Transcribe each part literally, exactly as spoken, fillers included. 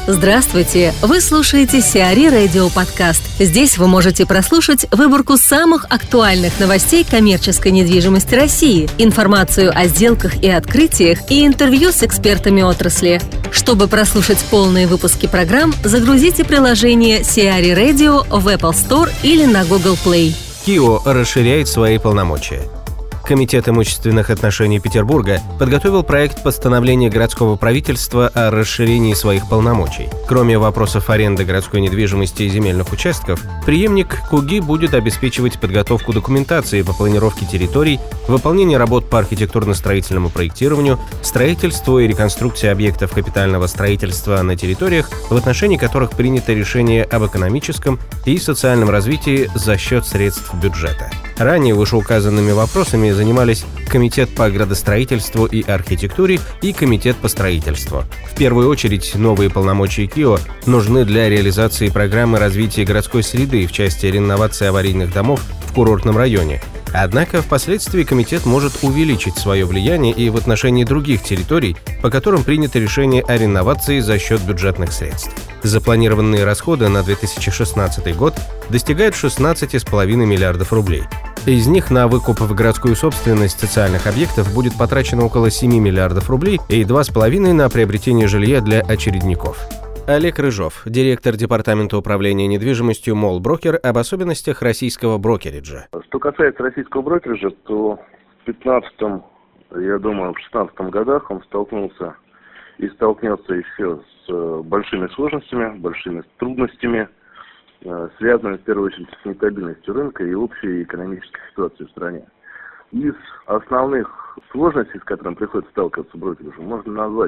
Здравствуйте! Вы слушаете Сиари Радио Подкаст. Здесь вы можете прослушать выборку самых актуальных новостей коммерческой недвижимости России, информацию о сделках и открытиях и интервью с экспертами отрасли. Чтобы прослушать полные выпуски программ, загрузите приложение Сиари Radio в Apple Store или на Google Play. КИО расширяет свои полномочия. Комитет имущественных отношений Петербурга подготовил проект постановления городского правительства о расширении своих полномочий. Кроме вопросов аренды городской недвижимости и земельных участков, преемник КУГИ будет обеспечивать подготовку документации по планировке территорий, выполнение работ по архитектурно-строительному проектированию, строительству и реконструкции объектов капитального строительства на территориях, в отношении которых принято решение об экономическом и социальном развитии за счет средств бюджета. Ранее вышеуказанными вопросами занимались Комитет по градостроительству и архитектуре и Комитет по строительству. В первую очередь, новые полномочия КИО нужны для реализации программы развития городской среды в части реновации аварийных домов в курортном районе. Однако впоследствии комитет может увеличить свое влияние и в отношении других территорий, по которым принято решение о реновации за счет бюджетных средств. Запланированные расходы на две тысячи шестнадцатый год достигают шестнадцать целых пять десятых миллиардов рублей. Из них на выкуп в городскую собственность социальных объектов будет потрачено около семь миллиардов рублей и два целых пять десятых на приобретение жилья для очередников. Олег Рыжов, директор департамента управления недвижимостью Моллброкер, об особенностях российского брокериджа. Что касается российского брокериджа, то в пятнадцатом, я думаю, в шестнадцатом годах он столкнулся и столкнется еще с большими сложностями, большими трудностями, связанными в первую очередь с нестабильностью рынка и общей экономической ситуацией в стране. Из основных сложностей, с которыми приходится сталкиваться брокериджу, можно назвать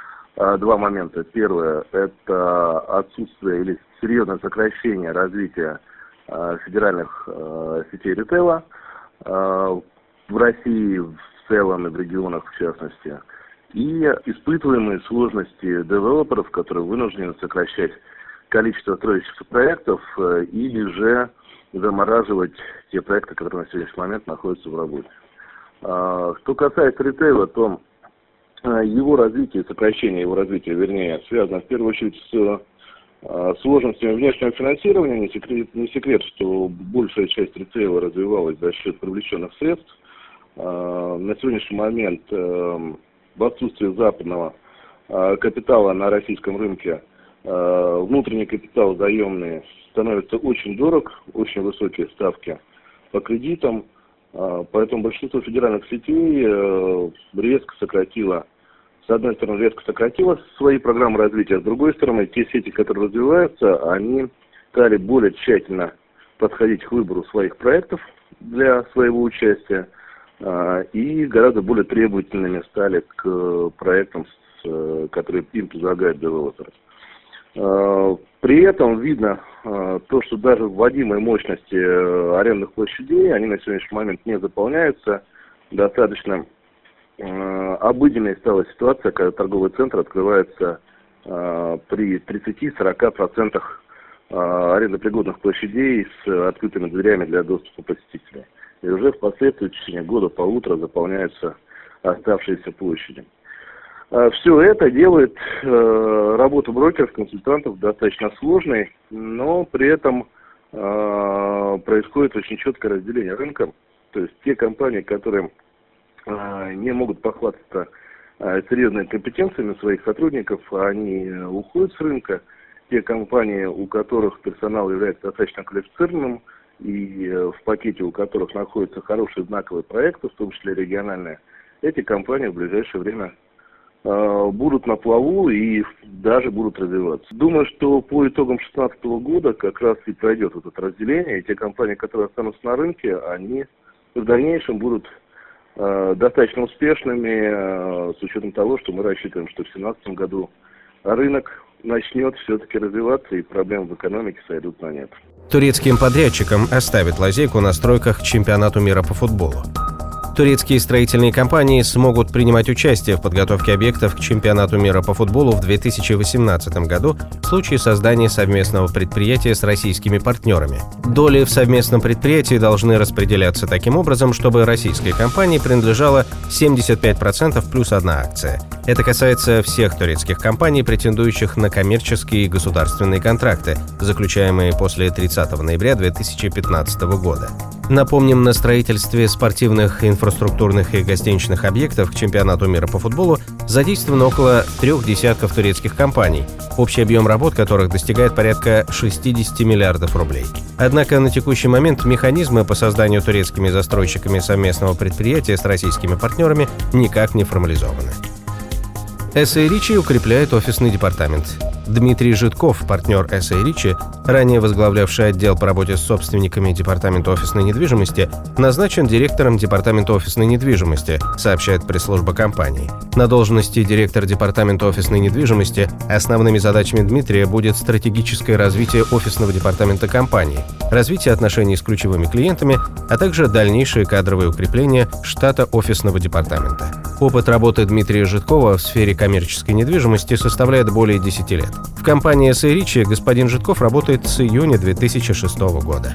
два момента. Первое – это отсутствие или серьезное сокращение развития э, федеральных э, сетей ритейла э, в России в целом и в регионах в частности. И испытываемые сложности девелоперов, которые вынуждены сокращать количество строящихся проектов э, или же замораживать те проекты, которые на сегодняшний момент находятся в работе. Э, что касается ритейла, то его развитие, сокращение его развития, вернее, связано в первую очередь с э, сложностями внешнего финансирования. Не секрет, не секрет, что большая часть ритейла развивалась за счет привлеченных средств. Э, на сегодняшний момент э, в отсутствии западного э, капитала на российском рынке э, внутренний капитал заемный становится очень дорог, очень высокие ставки по кредитам. Поэтому большинство федеральных сетей резко сократило, с одной стороны, резко сократило свои программы развития, с другой стороны, те сети, которые развиваются, они стали более тщательно подходить к выбору своих проектов для своего участия и гораздо более требовательными стали к проектам, которые им предлагают девелоперы. При этом видно то, что даже вводимые мощности арендных площадей, они на сегодняшний момент не заполняются. Достаточно обыденной стала ситуация, когда торговый центр открывается при тридцати-сорока процентах арендопригодных площадей с открытыми дверями для доступа посетителей. И уже впоследствии в течение года-полутора заполняются оставшиеся площади. Все это делает э, работу брокеров, консультантов достаточно сложной, но при этом э, происходит очень четкое разделение рынка. То есть те компании, которые э, не могут похвастаться э, серьезными компетенциями своих сотрудников, они уходят с рынка. Те компании, у которых персонал является достаточно квалифицированным и э, в пакете у которых находятся хорошие знаковые проекты, в том числе региональные, эти компании в ближайшее время будут на плаву и даже будут развиваться. Думаю, что по итогам две тысячи шестнадцатого года как раз и пройдет вот это разделение, и те компании, которые останутся на рынке, они в дальнейшем будут э, достаточно успешными, э, с учетом того, что мы рассчитываем, что в две тысячи семнадцатом году рынок начнет все-таки развиваться и проблемы в экономике сойдут на нет. Турецким подрядчикам оставят лазейку на стройках к чемпионату мира по футболу. Турецкие строительные компании смогут принимать участие в подготовке объектов к чемпионату мира по футболу в две тысячи восемнадцатом году в случае создания совместного предприятия с российскими партнерами. Доли в совместном предприятии должны распределяться таким образом, чтобы российской компании принадлежало семьдесят пять процентов плюс одна акция. Это касается всех турецких компаний, претендующих на коммерческие и государственные контракты, заключаемые после тридцатого ноября две тысячи пятнадцатого года. Напомним, на строительстве спортивных, инфраструктурных и гостиничных объектов к чемпионату мира по футболу задействовано около трех десятков турецких компаний, общий объем работ которых достигает порядка шестьдесят миллиардов рублей. Однако на текущий момент механизмы по созданию турецкими застройщиками совместного предприятия с российскими партнерами никак не формализованы. эс эй Ричи укрепляет офисный департамент. Дмитрий Жидков, партнер эс эй Ричи, ранее возглавлявший отдел по работе с собственниками департамента офисной недвижимости, назначен директором департамента офисной недвижимости, сообщает пресс-служба компании. На должности директора департамента офисной недвижимости основными задачами Дмитрия будет стратегическое развитие офисного департамента компании, развитие отношений с ключевыми клиентами, а также дальнейшее кадровое укрепление штата офисного департамента. Опыт работы Дмитрия Жидкова в сфере коммерческой недвижимости составляет более десяти лет. В компании эс эй Ричи господин Жидков работает с июня две тысячи шестого года.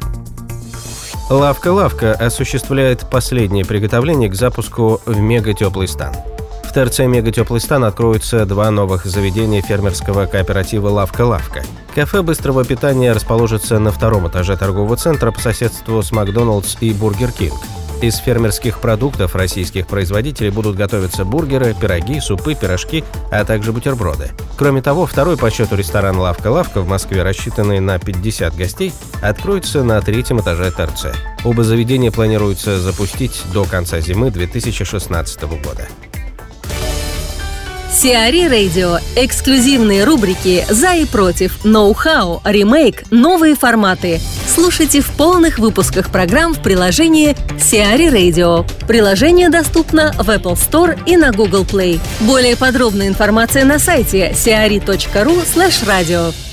Лавка-лавка осуществляет последнее приготовление к запуску в мега-теплый стан. В ТРЦ «Мега-теплый стан» откроются два новых заведения фермерского кооператива «Лавка-лавка». Кафе быстрого питания расположится на втором этаже торгового центра по соседству с «Макдоналдс» и «Бургер Кинг». Из фермерских продуктов российских производителей будут готовиться бургеры, пироги, супы, пирожки, а также бутерброды. Кроме того, второй по счету ресторан «Лавка-лавка» в Москве, рассчитанный на пятьдесят гостей, откроется на третьем этаже ТРЦ. Оба заведения планируется запустить до конца зимы две тысячи шестнадцатого года. Сиари Radio. Эксклюзивные рубрики «За и против», «Ноу-хау», «Ремейк», «Новые форматы». Слушайте в полных выпусках программ в приложении Сиари Radio. Приложение доступно в Apple Store и на Google Play. Более подробная информация на сайте сиари точка ру слэш радио.